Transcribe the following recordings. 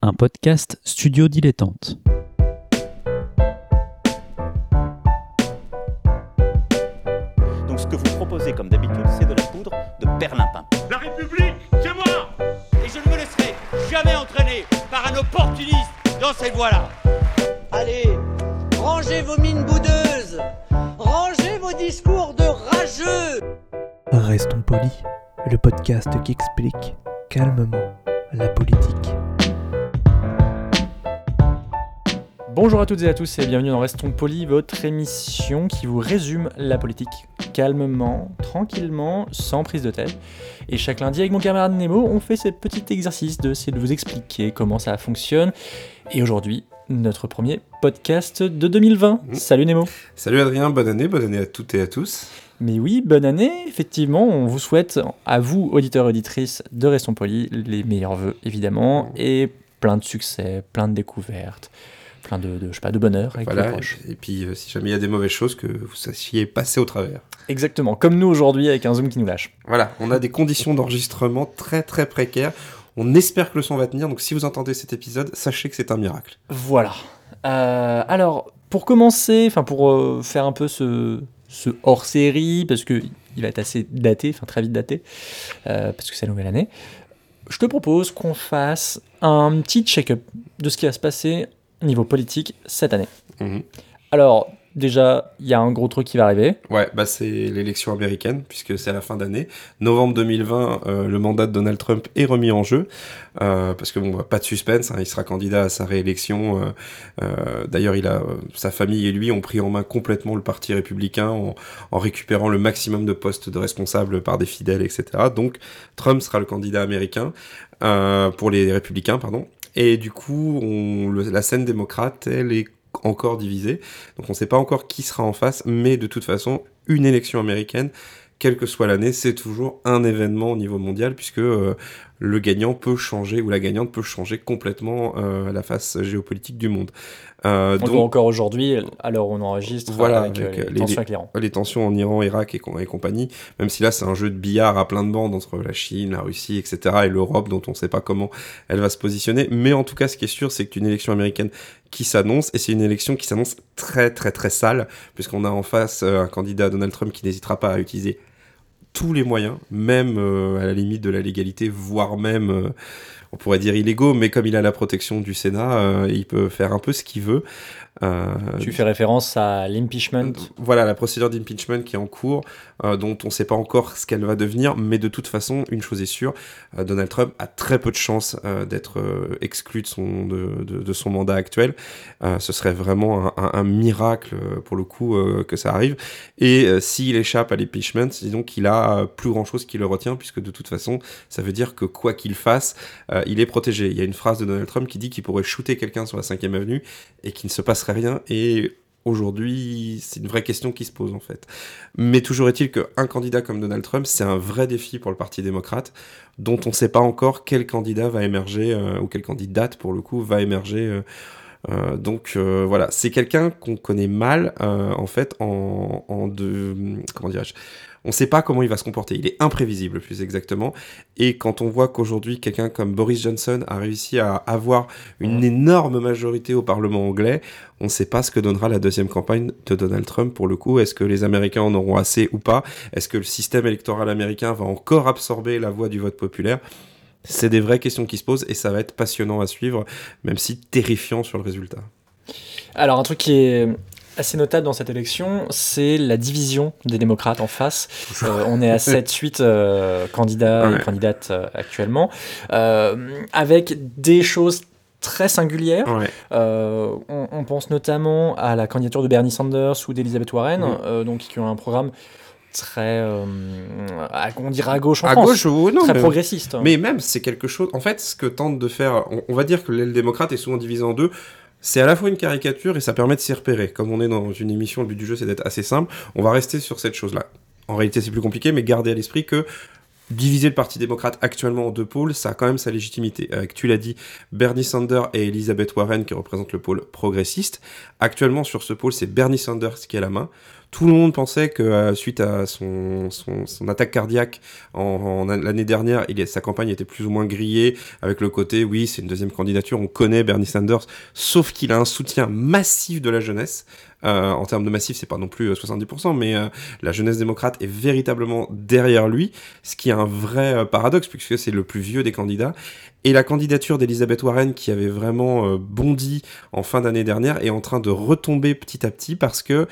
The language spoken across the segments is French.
Un podcast Studio Dilettante. Donc ce que vous proposez comme d'habitude, c'est de la poudre de perlimpin. La République, c'est moi! Et je ne me laisserai jamais entraîner par un opportuniste dans cette voie-là. Allez, rangez vos mines boudeuses, rangez vos discours de rageux. Restons polis, le podcast qui explique calmement la politique. Bonjour à toutes et à tous et bienvenue dans Restons Polis, votre émission qui vous résume la politique calmement, tranquillement, sans prise de tête. Et chaque lundi avec mon camarade Nemo, on fait ce petit exercice d'essayer de vous expliquer comment ça fonctionne. Et aujourd'hui, notre premier podcast de 2020. Salut Nemo. Salut Adrien, bonne année à toutes et à tous. Mais oui, bonne année, effectivement, on vous souhaite à vous, auditeurs et auditrices de Restons Polis, les meilleurs vœux évidemment, et plein de succès, plein de découvertes, plein de bonheur avec vos proches. Et puis si jamais il y a des mauvaises choses, que vous sachiez passer au travers. Exactement, comme nous aujourd'hui avec un Zoom qui nous lâche. Voilà, on a des conditions d'enregistrement très très précaires. On espère que le son va tenir, donc si vous entendez cet épisode, sachez que c'est un miracle. Voilà. Alors, pour commencer, pour faire un peu ce hors-série, parce qu'il va être assez daté, très vite daté, parce que c'est la nouvelle année, je te propose qu'on fasse un petit check-up de ce qui va se passer au niveau politique cette année. Alors, déjà, il y a un gros truc qui va arriver. Ouais, c'est l'élection américaine, puisque c'est à la fin d'année. Novembre 2020, le mandat de Donald Trump est remis en jeu, parce que pas de suspense, il sera candidat à sa réélection. D'ailleurs, sa famille et lui ont pris en main complètement le parti républicain en récupérant le maximum de postes de responsables par des fidèles, etc. Donc, Trump sera le candidat américain pour les républicains, pardon. Et du coup, la scène démocrate, elle est encore divisée. Donc on ne sait pas encore qui sera en face, mais de toute façon, une élection américaine, quelle que soit l'année, c'est toujours un événement au niveau mondial, puisque le gagnant peut changer, ou la gagnante peut changer complètement la face géopolitique du monde. On le voit encore aujourd'hui, à l'heure où on enregistre, voilà, avec les tensions avec l'Iran. Les tensions en Iran, Irak et compagnie, même si là c'est un jeu de billard à plein de bandes entre la Chine, la Russie, etc. et l'Europe, dont on ne sait pas comment elle va se positionner. Mais en tout cas, ce qui est sûr, c'est qu'une élection américaine qui s'annonce, et c'est une élection qui s'annonce très très très sale, puisqu'on a en face un candidat Donald Trump qui n'hésitera pas à utiliser tous les moyens, même à la limite de la légalité, voire même, on pourrait dire illégaux, mais comme il a la protection du Sénat, il peut faire un peu ce qu'il veut. Tu fais référence à l'impeachment. Voilà, la procédure d'impeachment qui est en cours, dont on ne sait pas encore ce qu'elle va devenir, mais de toute façon, une chose est sûre, Donald Trump a très peu de chances d'être exclu de son mandat actuel. Ce serait vraiment un miracle, pour le coup, que ça arrive. Et s'il échappe à l'impeachment, disons qu'il a plus grand-chose qui le retient, puisque de toute façon, ça veut dire que quoi qu'il fasse, il est protégé. Il y a une phrase de Donald Trump qui dit qu'il pourrait shooter quelqu'un sur la 5e avenue et qu'il ne se passerait rien, et aujourd'hui, c'est une vraie question qui se pose en fait. Mais toujours est-il qu'un candidat comme Donald Trump, c'est un vrai défi pour le Parti démocrate, dont on ne sait pas encore quel candidat va émerger, ou quelle candidate pour le coup va émerger. Donc voilà, c'est quelqu'un qu'on connaît mal en fait comment dirais-je, on ne sait pas comment il va se comporter, il est imprévisible plus exactement, et quand on voit qu'aujourd'hui quelqu'un comme Boris Johnson a réussi à avoir une énorme majorité au Parlement anglais, on ne sait pas ce que donnera la deuxième campagne de Donald Trump pour le coup. Est-ce que les Américains en auront assez ou pas? Est-ce que le système électoral américain va encore absorber la voix du vote populaire? C'est des vraies questions qui se posent et ça va être passionnant à suivre, même si terrifiant sur le résultat. Alors un truc qui est assez notable dans cette élection, c'est la division des démocrates en face. On est à 7-8 candidats et candidates actuellement, avec des choses très singulières. On pense notamment à la candidature de Bernie Sanders ou d'Elizabeth Warren, donc qui ont un programme très, on dirait à gauche en France, très progressiste. Mais même, c'est quelque chose... En fait, ce que tente de faire... On va dire que l'aile démocrate est souvent divisée en deux. C'est à la fois une caricature et ça permet de s'y repérer. Comme on est dans une émission, le but du jeu, c'est d'être assez simple. On va rester sur cette chose-là. En réalité, c'est plus compliqué, mais gardez à l'esprit que diviser le Parti démocrate actuellement en deux pôles, ça a quand même sa légitimité. Avec, tu l'as dit, Bernie Sanders et Elizabeth Warren qui représentent le pôle progressiste. Actuellement, sur ce pôle, c'est Bernie Sanders qui a la main. Tout le monde pensait que suite à son attaque cardiaque l'année dernière, sa campagne était plus ou moins grillée, avec le côté, oui, c'est une deuxième candidature, on connaît Bernie Sanders, sauf qu'il a un soutien massif de la jeunesse. En termes de massif, c'est pas non plus 70%, mais la jeunesse démocrate est véritablement derrière lui, ce qui est un vrai paradoxe, puisque c'est le plus vieux des candidats. Et la candidature d'Elizabeth Warren, qui avait vraiment bondi en fin d'année dernière, est en train de retomber petit à petit parce que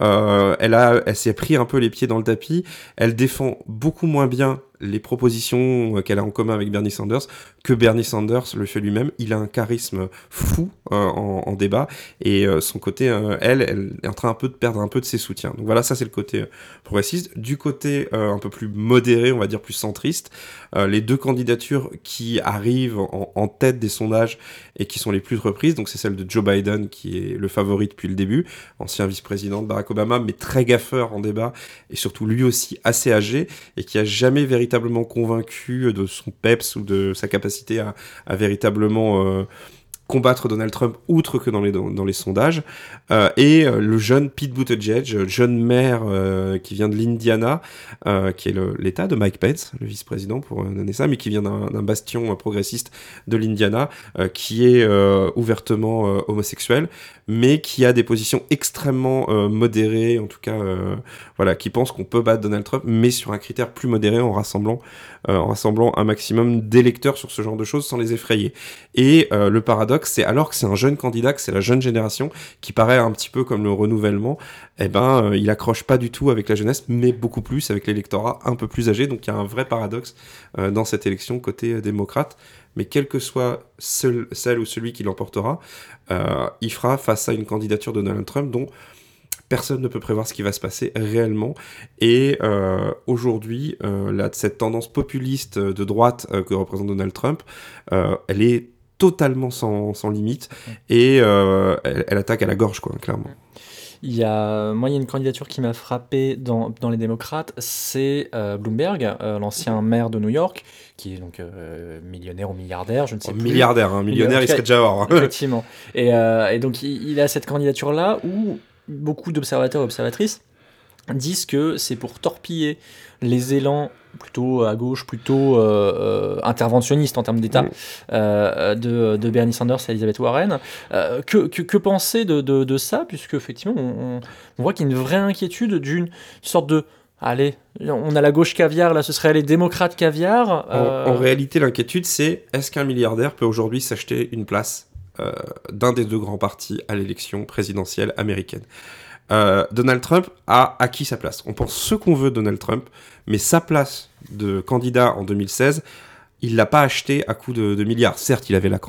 elle s'est pris un peu les pieds dans le tapis. Elle défend beaucoup moins bien les propositions qu'elle a en commun avec Bernie Sanders que Bernie Sanders le fait lui-même. Il a un charisme fou en débat, et son côté, elle est en train un peu de perdre un peu de ses soutiens. Donc voilà, ça c'est le côté progressiste. Du côté un peu plus modéré, on va dire plus centriste, les deux candidatures qui arrivent en tête des sondages et qui sont les plus reprises, donc c'est celle de Joe Biden qui est le favori depuis le début, ancien vice-président de Barack Obama, mais très gaffeur en débat, et surtout lui aussi assez âgé, et qui a jamais véritablement convaincu de son peps ou de sa capacité à véritablement combattre Donald Trump, outre que dans les sondages, et le jeune Pete Buttigieg, jeune maire qui vient de l'Indiana, qui est l'état de Mike Pence, le vice-président pour donner ça, mais qui vient d'un bastion progressiste de l'Indiana, qui est ouvertement homosexuel, mais qui a des positions extrêmement modérées, en tout cas, voilà, qui pense qu'on peut battre Donald Trump, mais sur un critère plus modéré, en rassemblant un maximum d'électeurs sur ce genre de choses sans les effrayer. Et le paradoxe, c'est alors que c'est un jeune candidat, que c'est la jeune génération, qui paraît un petit peu comme le renouvellement, il accroche pas du tout avec la jeunesse, mais beaucoup plus avec l'électorat un peu plus âgé. Donc il y a un vrai paradoxe dans cette élection côté démocrate. Mais quel que soit celle ou celui qui l'emportera, il fera face à une candidature de Donald Trump dont personne ne peut prévoir ce qui va se passer réellement. Et aujourd'hui, cette tendance populiste de droite que représente Donald Trump, elle est totalement sans limite, et elle attaque à la gorge, quoi, clairement. Il y a une candidature qui m'a frappé dans les démocrates, c'est Bloomberg, l'ancien maire de New York, qui est donc millionnaire ou milliardaire, je ne sais plus. Milliardaire, millionnaire, il serait déjà hors. Effectivement. Et donc il a cette candidature-là où beaucoup d'observateurs et observatrices disent que c'est pour torpiller les élans plutôt à gauche, plutôt interventionnistes en termes d'État de Bernie Sanders et Elizabeth Warren. Que penser de ça, puisque effectivement on voit qu'il y a une vraie inquiétude d'une sorte de allez, on a la gauche caviar, là ce serait les démocrates caviar. En réalité, l'inquiétude, c'est est-ce qu'un milliardaire peut aujourd'hui s'acheter une place d'un des deux grands partis à l'élection présidentielle américaine? Donald Trump a acquis sa place. On pense ce qu'on veut de Donald Trump, mais sa place de candidat en 2016, il l'a pas acheté à coups de milliards. Certes, il avait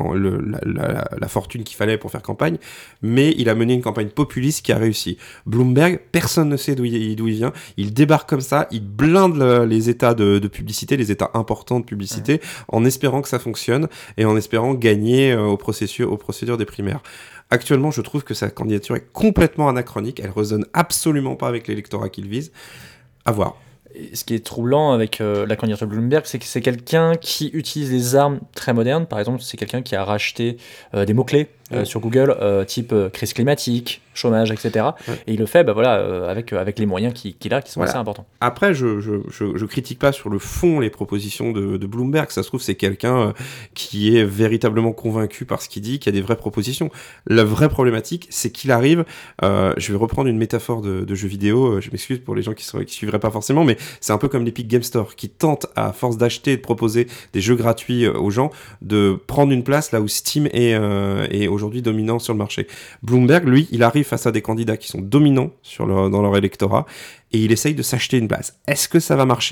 la fortune qu'il fallait pour faire campagne, mais il a mené une campagne populiste qui a réussi. Bloomberg, personne ne sait d'où il vient. Il débarque comme ça, il blinde les états de publicité, les états importants de publicité, en espérant que ça fonctionne et en espérant gagner aux procédures des primaires. Actuellement, je trouve que sa candidature est complètement anachronique. Elle résonne absolument pas avec l'électorat qu'il vise. À voir. Et ce qui est troublant avec la candidature de Bloomberg, c'est que c'est quelqu'un qui utilise des armes très modernes. Par exemple, c'est quelqu'un qui a racheté des mots-clés sur Google, type crise climatique, chômage, etc. Et il le fait avec les moyens qu'il a, qui sont assez importants. Après, je critique pas sur le fond les propositions de Bloomberg. Ça se trouve, c'est quelqu'un qui est véritablement convaincu par ce qu'il dit, qui a des vraies propositions. La vraie problématique, c'est qu'il arrive... je vais reprendre une métaphore de jeu vidéo. Je m'excuse pour les gens qui suivraient pas forcément, mais c'est un peu comme l'Epic Game Store, qui tente, à force d'acheter et de proposer des jeux gratuits aux gens, de prendre une place là où Steam est aujourd'hui dominant sur le marché. Bloomberg, lui, il arrive face à des candidats qui sont dominants dans leur électorat, et il essaye de s'acheter une place. Est-ce que ça va marcher ?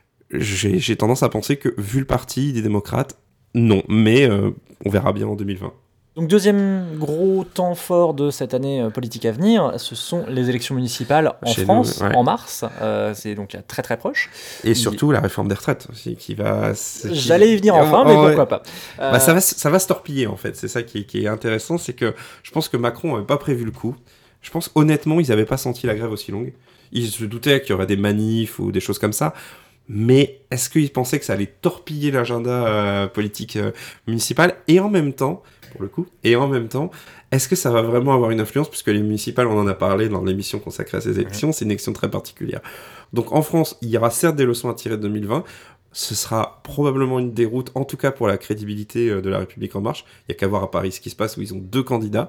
J'ai tendance à penser que, vu le parti des démocrates, non. Mais on verra bien en 2020. Donc deuxième gros temps fort de cette année politique à venir, ce sont les élections municipales en France, en mars. C'est donc très très proche. Et surtout la réforme des retraites aussi, qui va... J'allais y venir enfin, mais pourquoi pas. Ça va se torpiller en fait, c'est ça qui est intéressant, c'est que je pense que Macron n'avait pas prévu le coup. Je pense honnêtement, ils n'avaient pas senti la grève aussi longue. Ils se doutaient qu'il y aurait des manifs ou des choses comme ça. Mais est-ce qu'ils pensaient que ça allait torpiller l'agenda politique municipal ? Et en même temps, pour le coup. Et en même temps, est-ce que ça va vraiment avoir une influence, puisque les municipales, on en a parlé dans l'émission consacrée à ces élections, c'est une élection très particulière. Donc en France, il y aura certes des leçons à tirer de 2020, ce sera probablement une déroute, en tout cas pour la crédibilité de La République En Marche. Il n'y a qu'à voir à Paris ce qui se passe, où ils ont 2 candidats,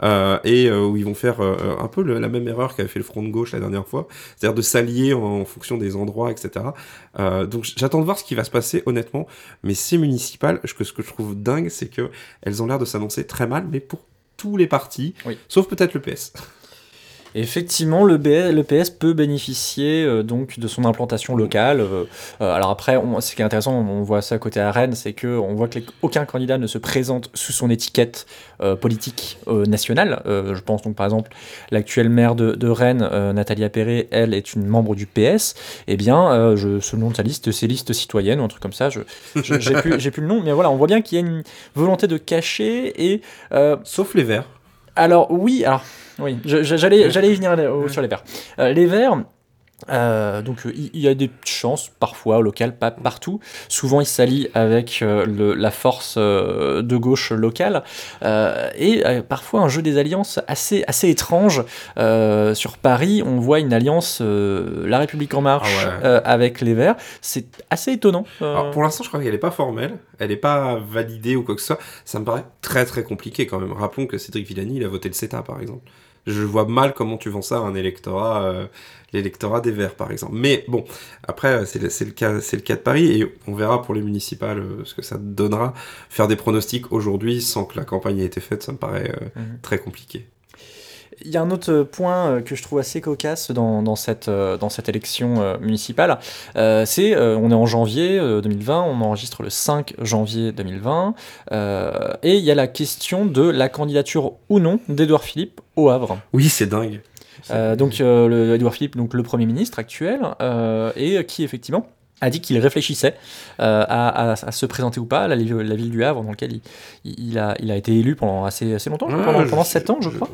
et où ils vont faire un peu la même erreur qu'avait fait le Front de Gauche la dernière fois, c'est-à-dire de s'allier en fonction des endroits, etc. Donc j'attends de voir ce qui va se passer, honnêtement, mais ces municipales, ce que je trouve dingue, c'est qu'elles ont l'air de s'annoncer très mal, mais pour tous les partis, sauf peut-être le PS. Effectivement, le PS peut bénéficier donc de son implantation locale. Alors après, ce qui est intéressant, on voit ça côté à Rennes, c'est qu'on voit qu'aucun candidat ne se présente sous son étiquette politique nationale. Je pense donc par exemple l'actuelle maire de Rennes, Nathalie Appéré, elle est une membre du PS. Eh bien, selon sa liste, c'est liste citoyenne ou un truc comme ça. J'ai plus le nom, mais voilà, on voit bien qu'il y a une volonté de cacher et sauf les Verts. Alors oui, j'allais y venir sur les Verts. Les Verts, donc il y a des chances parfois locales, pas partout. Souvent ils s'allient avec la force de gauche locale et parfois un jeu des alliances assez étrange. Sur Paris, on voit une alliance La République En Marche avec les Verts. C'est assez étonnant. Alors pour l'instant, je crois qu'elle n'est pas formelle, elle n'est pas validée ou quoi que ce soit. Ça me paraît très très compliqué quand même. Rappelons que Cédric Villani, il a voté le CETA par exemple. Je vois mal comment tu vends ça à un électorat, l'électorat des Verts par exemple. Mais bon, après c'est le cas de Paris et on verra pour les municipales ce que ça donnera. Faire des pronostics aujourd'hui sans que la campagne ait été faite, ça me paraît très compliqué. Il y a un autre point que je trouve assez cocasse dans cette élection municipale, c'est on est en janvier 2020, on enregistre le 5 janvier 2020, et il y a la question de la candidature ou non d'Édouard Philippe au Havre. Oui, c'est dingue. Donc Édouard Philippe, donc le Premier ministre actuel, et qui effectivement a dit qu'il réfléchissait à se présenter ou pas à la ville du Havre, dans laquelle il a été élu pendant assez longtemps, pendant 7 ans, je crois.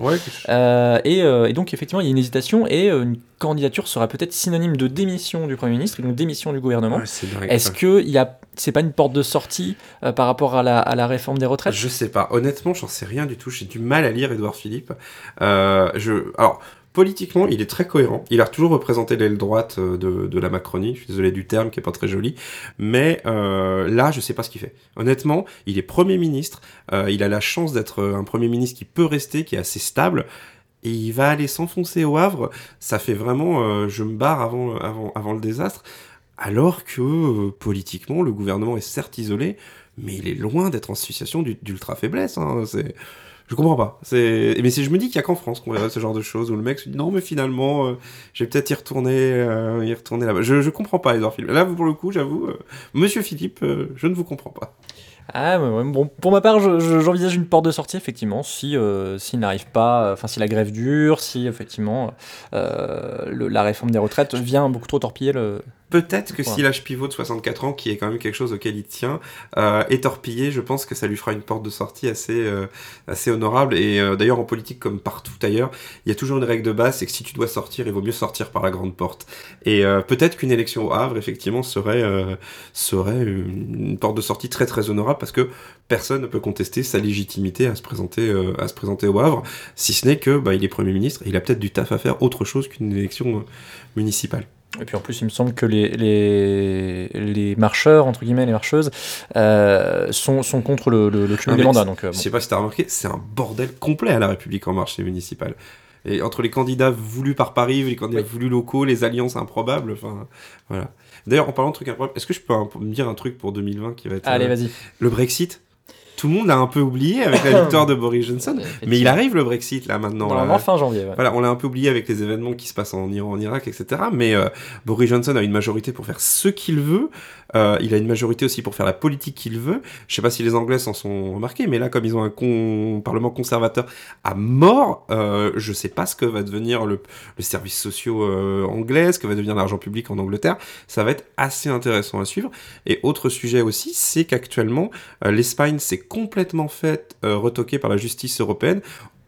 Et donc, effectivement, il y a une hésitation et une candidature sera peut-être synonyme de démission du Premier ministre et donc démission du gouvernement. Est-ce que c'est pas une porte de sortie par rapport à la réforme des retraites ? Je sais pas. Honnêtement, j'en sais rien du tout. J'ai du mal à lire Édouard Philippe. Alors, politiquement, il est très cohérent. Il a toujours représenté l'aile droite de la Macronie. Je suis désolé du terme, qui est pas très joli. Mais là, je sais pas ce qu'il fait. Honnêtement, il est Premier ministre. Il a la chance d'être un Premier ministre qui peut rester, qui est assez stable. Et il va aller s'enfoncer au Havre. Ça fait vraiment je me barre avant le désastre. Alors que, politiquement, le gouvernement est certes isolé, mais il est loin d'être en situation d'ultra faiblesse. Hein. Je comprends pas. Mais je me dis qu'il y a qu'en France qu'on verrait ce genre de choses où le mec se dit non, mais finalement, je vais peut-être y retourner là-bas. Je comprends pas, Édouard Philippe. Là, pour le coup, j'avoue, Monsieur Philippe, je ne vous comprends pas. Ah, bon, pour ma part, j'envisage une porte de sortie, effectivement, s'il n'arrive pas, si la grève dure, si effectivement la réforme des retraites vient beaucoup trop torpiller le. Peut-être que si l'âge pivot de 64 ans, qui est quand même quelque chose auquel il tient, est torpillé, je pense que ça lui fera une porte de sortie assez honorable. Et d'ailleurs, en politique, comme partout ailleurs, il y a toujours une règle de base, c'est que si tu dois sortir, il vaut mieux sortir par la grande porte. Et peut-être qu'une élection au Havre, effectivement, serait une porte de sortie très très honorable, parce que personne ne peut contester sa légitimité à se présenter au Havre, si ce n'est que il est Premier ministre, et il a peut-être du taf à faire autre chose qu'une élection municipale. Et puis en plus, il me semble que les marcheurs, entre guillemets, les marcheuses, sont contre le cumul des mandats. Donc, Je sais pas si t'as remarqué, c'est un bordel complet à La République En Marche, les municipales. Et entre les candidats voulus par Paris, les candidats voulus locaux, les alliances improbables, enfin, voilà. D'ailleurs, en parlant de trucs improbables, est-ce que je peux me dire un truc pour 2020 qui va être... Allez, vas-y. Le Brexit ? Tout le monde l'a un peu oublié avec la victoire de Boris Johnson, mais il arrive le Brexit là maintenant. Normalement fin janvier. Ouais. Voilà, on l'a un peu oublié avec les événements qui se passent en Iran, en Irak, etc. Mais Boris Johnson a une majorité pour faire ce qu'il veut. Il a une majorité aussi pour faire la politique qu'il veut. Je sais pas si les Anglais s'en sont remarqués, mais là, comme ils ont un parlement conservateur à mort, je sais pas ce que va devenir le service sociaux anglais, ce que va devenir l'argent public en Angleterre. Ça va être assez intéressant à suivre. Et autre sujet aussi, c'est qu'actuellement, l'Espagne s'est complètement fait retoquer par la justice européenne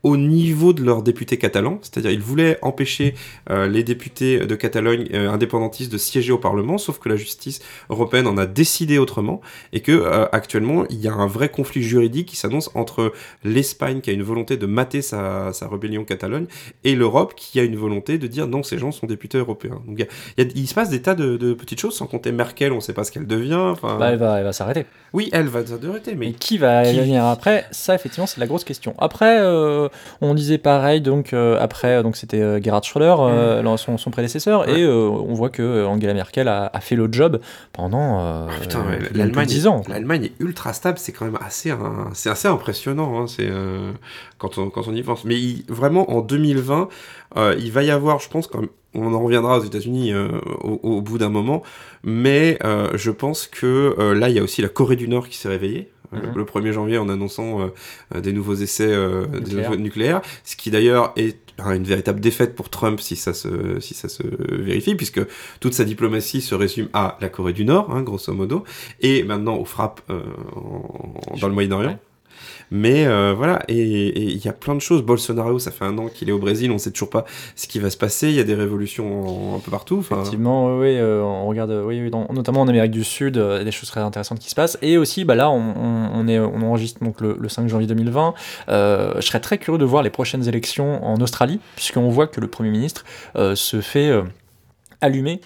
au niveau de leurs députés catalans, c'est-à-dire ils voulaient empêcher les députés de Catalogne indépendantistes de siéger au Parlement, sauf que la justice européenne en a décidé autrement, et que actuellement il y a un vrai conflit juridique qui s'annonce entre l'Espagne qui a une volonté de mater sa rébellion Catalogne, et l'Europe qui a une volonté de dire non, ces gens sont députés européens. Donc il se passe des tas de petites choses, sans compter Merkel, on ne sait pas ce qu'elle devient. Elle va s'arrêter. Oui, elle va s'arrêter, mais... Et qui va venir après? Ça, effectivement, c'est la grosse question. Après, on disait pareil, donc c'était Gerhard Schröder, son prédécesseur, et on voit que Angela Merkel a fait le job pendant l'Allemagne, 10 ans. L'Allemagne est ultra stable, c'est quand même assez impressionnant, hein, quand on y pense. Mais vraiment, en 2020, il va y avoir, je pense, quand même, on en reviendra aux États-Unis au bout d'un moment, mais je pense que là, il y a aussi la Corée du Nord qui s'est réveillée. Le 1er janvier en annonçant des nouveaux essais nucléaires, ce qui d'ailleurs est une véritable défaite pour Trump si ça se vérifie, puisque toute sa diplomatie se résume à la Corée du Nord, grosso modo, et maintenant aux frappes dans le Moyen-Orient. Ouais. Mais voilà, et il y a plein de choses. Bolsonaro, ça fait 1 an qu'il est au Brésil, on sait toujours pas ce qui va se passer, il y a des révolutions un peu partout. Effectivement, oui, on regarde, notamment en Amérique du Sud, des choses très intéressantes qui se passent. Et aussi, là, on enregistre donc le 5 janvier 2020. Je serais très curieux de voir les prochaines élections en Australie, puisqu'on voit que le Premier ministre se fait... allumé,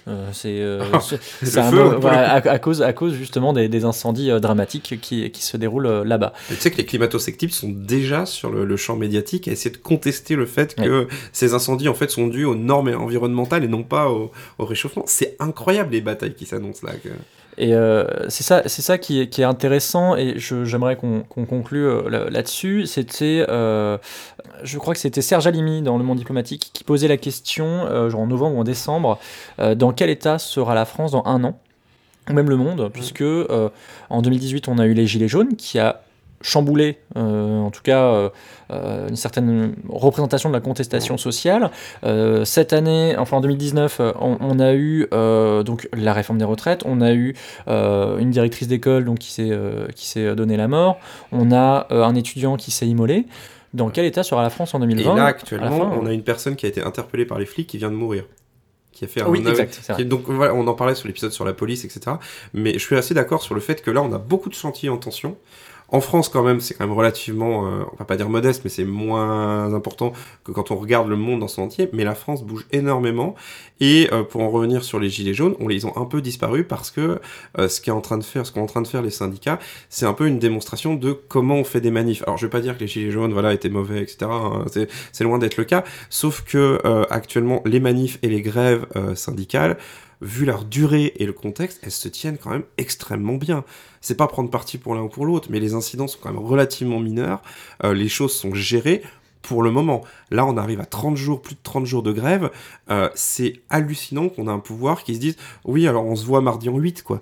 à cause justement des incendies dramatiques qui se déroulent là-bas. Et tu sais que les climato-sceptiques sont déjà sur le champ médiatique à essayer de contester le fait que ces incendies en fait sont dus aux normes environnementales et non pas au réchauffement. C'est incroyable les batailles qui s'annoncent là. Et c'est ça qui est intéressant, et j'aimerais qu'on conclue là-dessus. C'était, je crois que c'était Serge Halimi dans Le Monde diplomatique qui posait la question, genre en novembre ou en décembre, dans quel état sera la France dans 1 an, ou même le monde, puisque en 2018 on a eu les Gilets jaunes qui a chamboulé, en tout cas une certaine représentation de la contestation sociale. Cette année, enfin en 2019, on a eu donc la réforme des retraites, on a eu une directrice d'école donc qui s'est donné la mort, on a un étudiant qui s'est immolé. Dans quel état sera la France en 2020 Et là, actuellement, on a une personne qui a été interpellée par les flics qui vient de mourir. Qui a fait donc voilà, on en parlait sur l'épisode sur la police, etc. Mais je suis assez d'accord sur le fait que là, on a beaucoup de chantiers en tension. En France, quand même, c'est quand même relativement, on va pas dire modeste, mais c'est moins important que quand on regarde le monde dans son entier. Mais la France bouge énormément. Et pour en revenir sur les gilets jaunes, ils ont un peu disparu parce que ce qu'ont en train de faire les syndicats, c'est un peu une démonstration de comment on fait des manifs. Alors, je vais pas dire que les gilets jaunes, étaient mauvais, etc. C'est loin d'être le cas. Sauf que actuellement, les manifs et les grèves syndicales, vu leur durée et le contexte, elles se tiennent quand même extrêmement bien. C'est pas prendre parti pour l'un ou pour l'autre, mais les incidents sont quand même relativement mineurs, les choses sont gérées pour le moment. Là, on arrive à 30 jours, plus de 30 jours de grève, c'est hallucinant qu'on a un pouvoir qui se dise « Oui, alors on se voit mardi en 8, quoi ».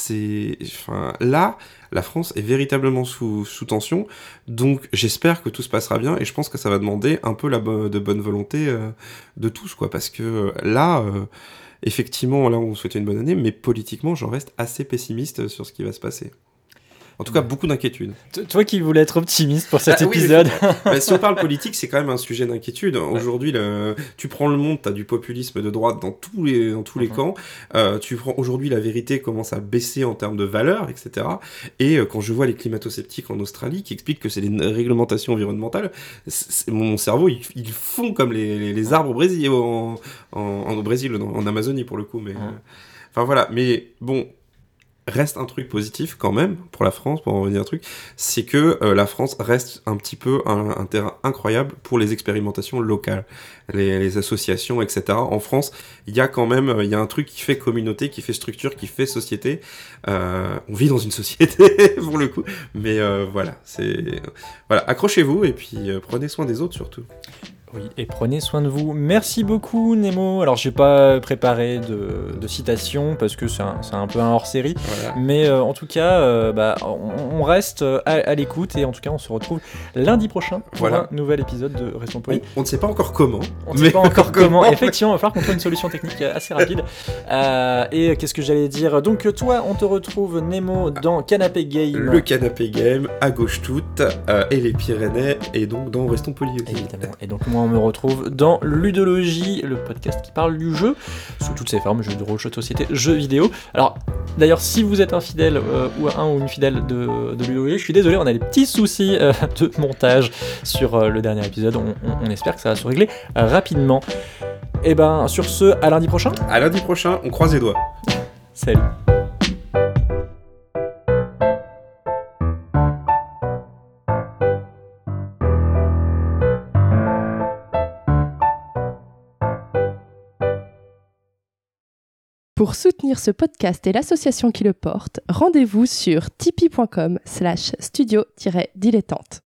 Là, la France est véritablement sous tension, donc j'espère que tout se passera bien, et je pense que ça va demander un peu de bonne volonté de tous, quoi, parce que là... effectivement, là, on souhaitait une bonne année, mais politiquement, j'en reste assez pessimiste sur ce qui va se passer. En tout cas, beaucoup d'inquiétudes. Toi qui voulais être optimiste pour cet épisode. Oui, si on parle politique, c'est quand même un sujet d'inquiétude. Aujourd'hui, tu prends Le Monde, t'as du populisme de droite dans tous les camps. Tu prends aujourd'hui, La Vérité commence à baisser en termes de valeur, etc. Et quand je vois les climato-sceptiques en Australie qui expliquent que c'est des réglementations environnementales, mon cerveau, il fond comme les arbres au Brésil, au Brésil, en Amazonie pour le coup. Mais, enfin voilà, mais bon... Reste un truc positif quand même pour la France, pour en revenir à un truc, c'est que la France reste un petit peu un terrain incroyable pour les expérimentations locales, les associations, etc. En France, il y a quand même un truc qui fait communauté, qui fait structure, qui fait société. On vit dans une société pour le coup, mais voilà, accrochez-vous et puis prenez soin des autres surtout. Oui, et prenez soin de vous. Merci beaucoup, Nemo. Alors, j'ai pas préparé de citation parce que c'est un peu un hors-série. Voilà. Mais en tout cas, on reste à l'écoute et en tout cas, on se retrouve lundi prochain pour un nouvel épisode de Restons Polis. On ne sait pas encore comment. On ne sait pas encore comment. Effectivement, il va falloir qu'on trouve une solution technique assez rapide. Et qu'est-ce que j'allais dire ? Donc, toi, on te retrouve, Nemo, dans Canapé Game. Le Canapé Game, à gauche toute, et les Pyrénées, et donc dans Restons Polis aussi. Évidemment. Et donc, moi, on me retrouve dans Ludologie, le podcast qui parle du jeu, sous toutes ses formes, jeux de rôle, jeux de société, jeux vidéo. Alors, d'ailleurs, si vous êtes un fidèle ou une fidèle de Ludologie, je suis désolé, on a des petits soucis de montage sur le dernier épisode. On espère que ça va se régler rapidement. Et ben, sur ce, à lundi prochain. À lundi prochain, on croise les doigts. Salut. Pour soutenir ce podcast et l'association qui le porte, rendez-vous sur tipeee.com/studio-dilettante.